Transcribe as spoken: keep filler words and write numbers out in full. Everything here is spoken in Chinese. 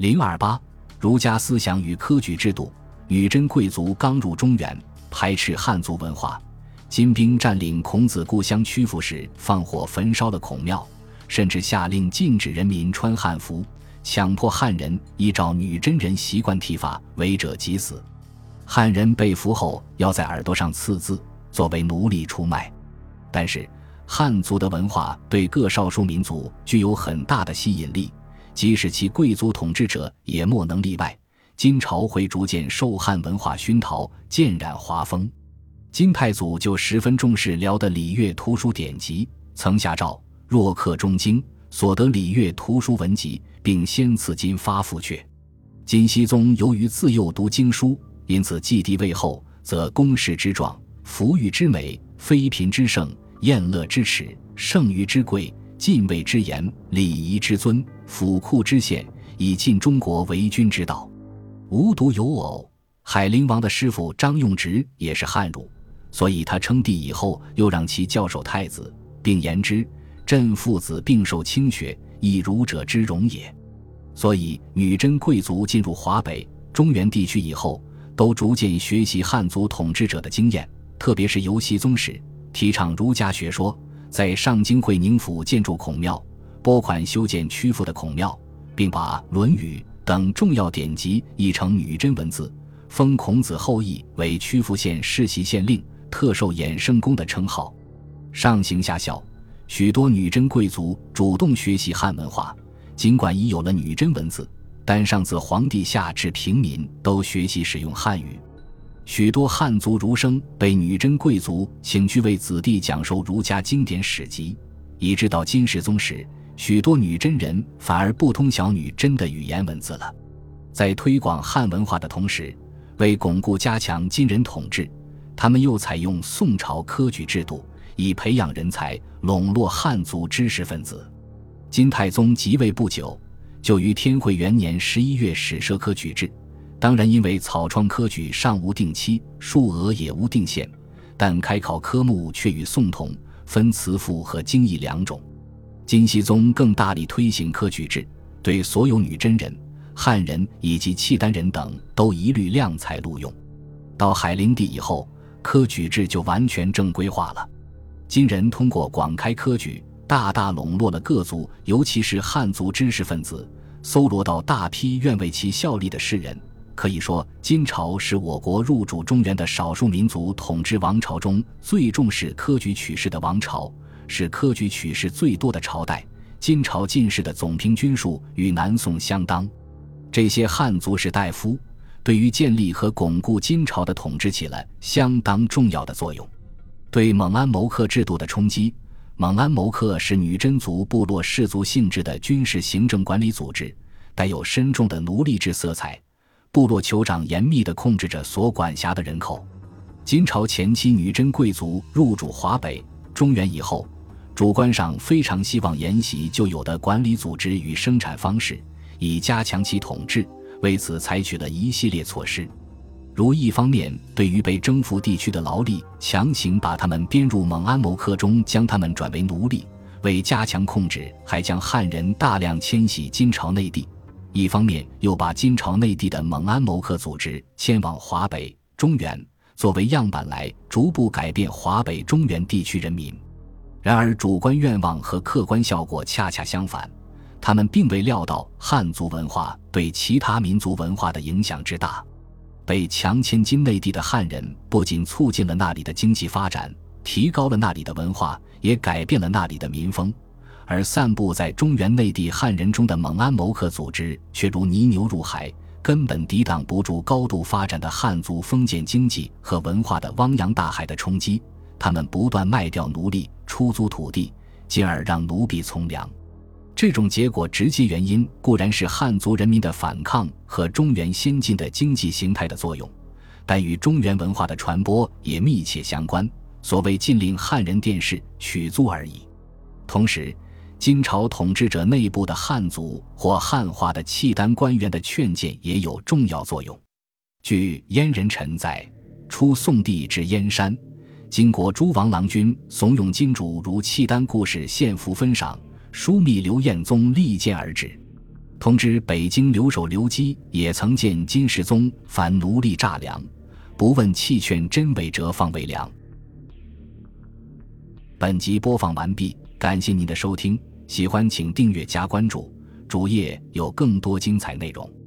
零二八儒家思想与科举制度。女真贵族刚入中原，排斥汉族文化。金兵占领孔子故乡曲阜时，放火焚烧了孔庙，甚至下令禁止人民穿汉服，强迫汉人依照女真人习惯剃发，违者即死。汉人被俘后要在耳朵上刺字，作为奴隶出卖。但是汉族的文化对各少数民族具有很大的吸引力，即使其贵族统治者也莫能例外。金朝会逐渐受汉文化熏陶，渐染华风。金太祖就十分重视辽的礼乐图书典籍，曾下诏若刻中经，所得礼乐图书文集，并先赐金发付阙。金熙宗由于自幼读经书，因此继帝位后，则宫室之壮，服御之美，妃嫔之盛，宴乐之耻，盛誉之贵，敬畏之严，礼仪之尊，府库之献，以尽中国为君之道。无独有偶，海陵王的师傅张用直也是汉儒，所以他称帝以后又让其教授太子，并言之：朕父子并受清学，亦儒者之容也。所以女真贵族进入华北、中原地区以后，都逐渐学习汉族统治者的经验，特别是由熹宗时提倡儒家学说，在上京会宁府建筑孔庙，拨款修建曲阜的孔庙，并把《论语》等重要典籍译成女真文字，封孔子后裔为曲阜县世袭县令，特授衍生公的称号。上行下效，许多女真贵族主动学习汉文化，尽管已有了女真文字，但上自皇帝下至平民都学习使用汉语。许多汉族儒生被女真贵族请去为子弟讲授儒家经典史籍，一直到金世宗时，许多女真人反而不通晓女真的语言文字了。在推广汉文化的同时，为巩固加强金人统治，他们又采用宋朝科举制度，以培养人才，笼络汉族知识分子。金太宗即位不久，就于天会元年十一月始设科举制，当然因为草创科举尚无定期，数额也无定限，但开考科目却与宋同，分词赋和经义两种。金熙宗更大力推行科举制，对所有女真人、汉人以及契丹人等都一律量才录用。到海陵帝以后，科举制就完全正规化了。金人通过广开科举，大大笼络了各族，尤其是汉族知识分子，搜罗到大批愿为其效力的士人。可以说，金朝是我国入主中原的少数民族统治王朝中最重视科举取士的王朝，是科举取士最多的朝代。金朝进士的总平均数与南宋相当。这些汉族士大夫对于建立和巩固金朝的统治起了相当重要的作用。对蒙安谋克制度的冲击，蒙安谋克是女真族部落氏族性质的军事行政管理组织，带有深重的奴隶制色彩。部落酋长严密地控制着所管辖的人口。金朝前期女真贵族入主华北、中原以后，主观上非常希望沿袭旧有的管理组织与生产方式，以加强其统治，为此采取了一系列措施。如一方面对于被征服地区的劳力强行把他们编入蒙安谋克中，将他们转为奴隶，为加强控制还将汉人大量迁徙金朝内地，一方面又把金朝内地的蒙安谋克组织迁往华北、中原，作为样板来逐步改变华北中原地区人民。然而主观愿望和客观效果恰恰相反，他们并未料到汉族文化对其他民族文化的影响之大。被强迁金内地的汉人不仅促进了那里的经济发展，提高了那里的文化，也改变了那里的民风，而散布在中原内地汉人中的蒙安谋克组织却如泥牛入海，根本抵挡不住高度发展的汉族封建经济和文化的汪洋大海的冲击。他们不断卖掉奴隶，出租土地，进而让奴婢从良。这种结果直接原因固然是汉族人民的反抗和中原先进的经济形态的作用，但与中原文化的传播也密切相关，所谓禁令汉人殿试取租而已。同时，金朝统治者内部的汉族或汉化的契丹官员的劝谏也有重要作用。据燕人陈载，出宋帝至燕山，金国诸王郎君怂恿金主如契丹故事献俘分赏，枢密刘彦宗力荐而止。 通知北京留守刘基也曾见金世宗凡奴隶诈粮，不问弃劝真伪者放为良。本集播放完毕，感谢您的收听，喜欢请订阅加关注，主页有更多精彩内容。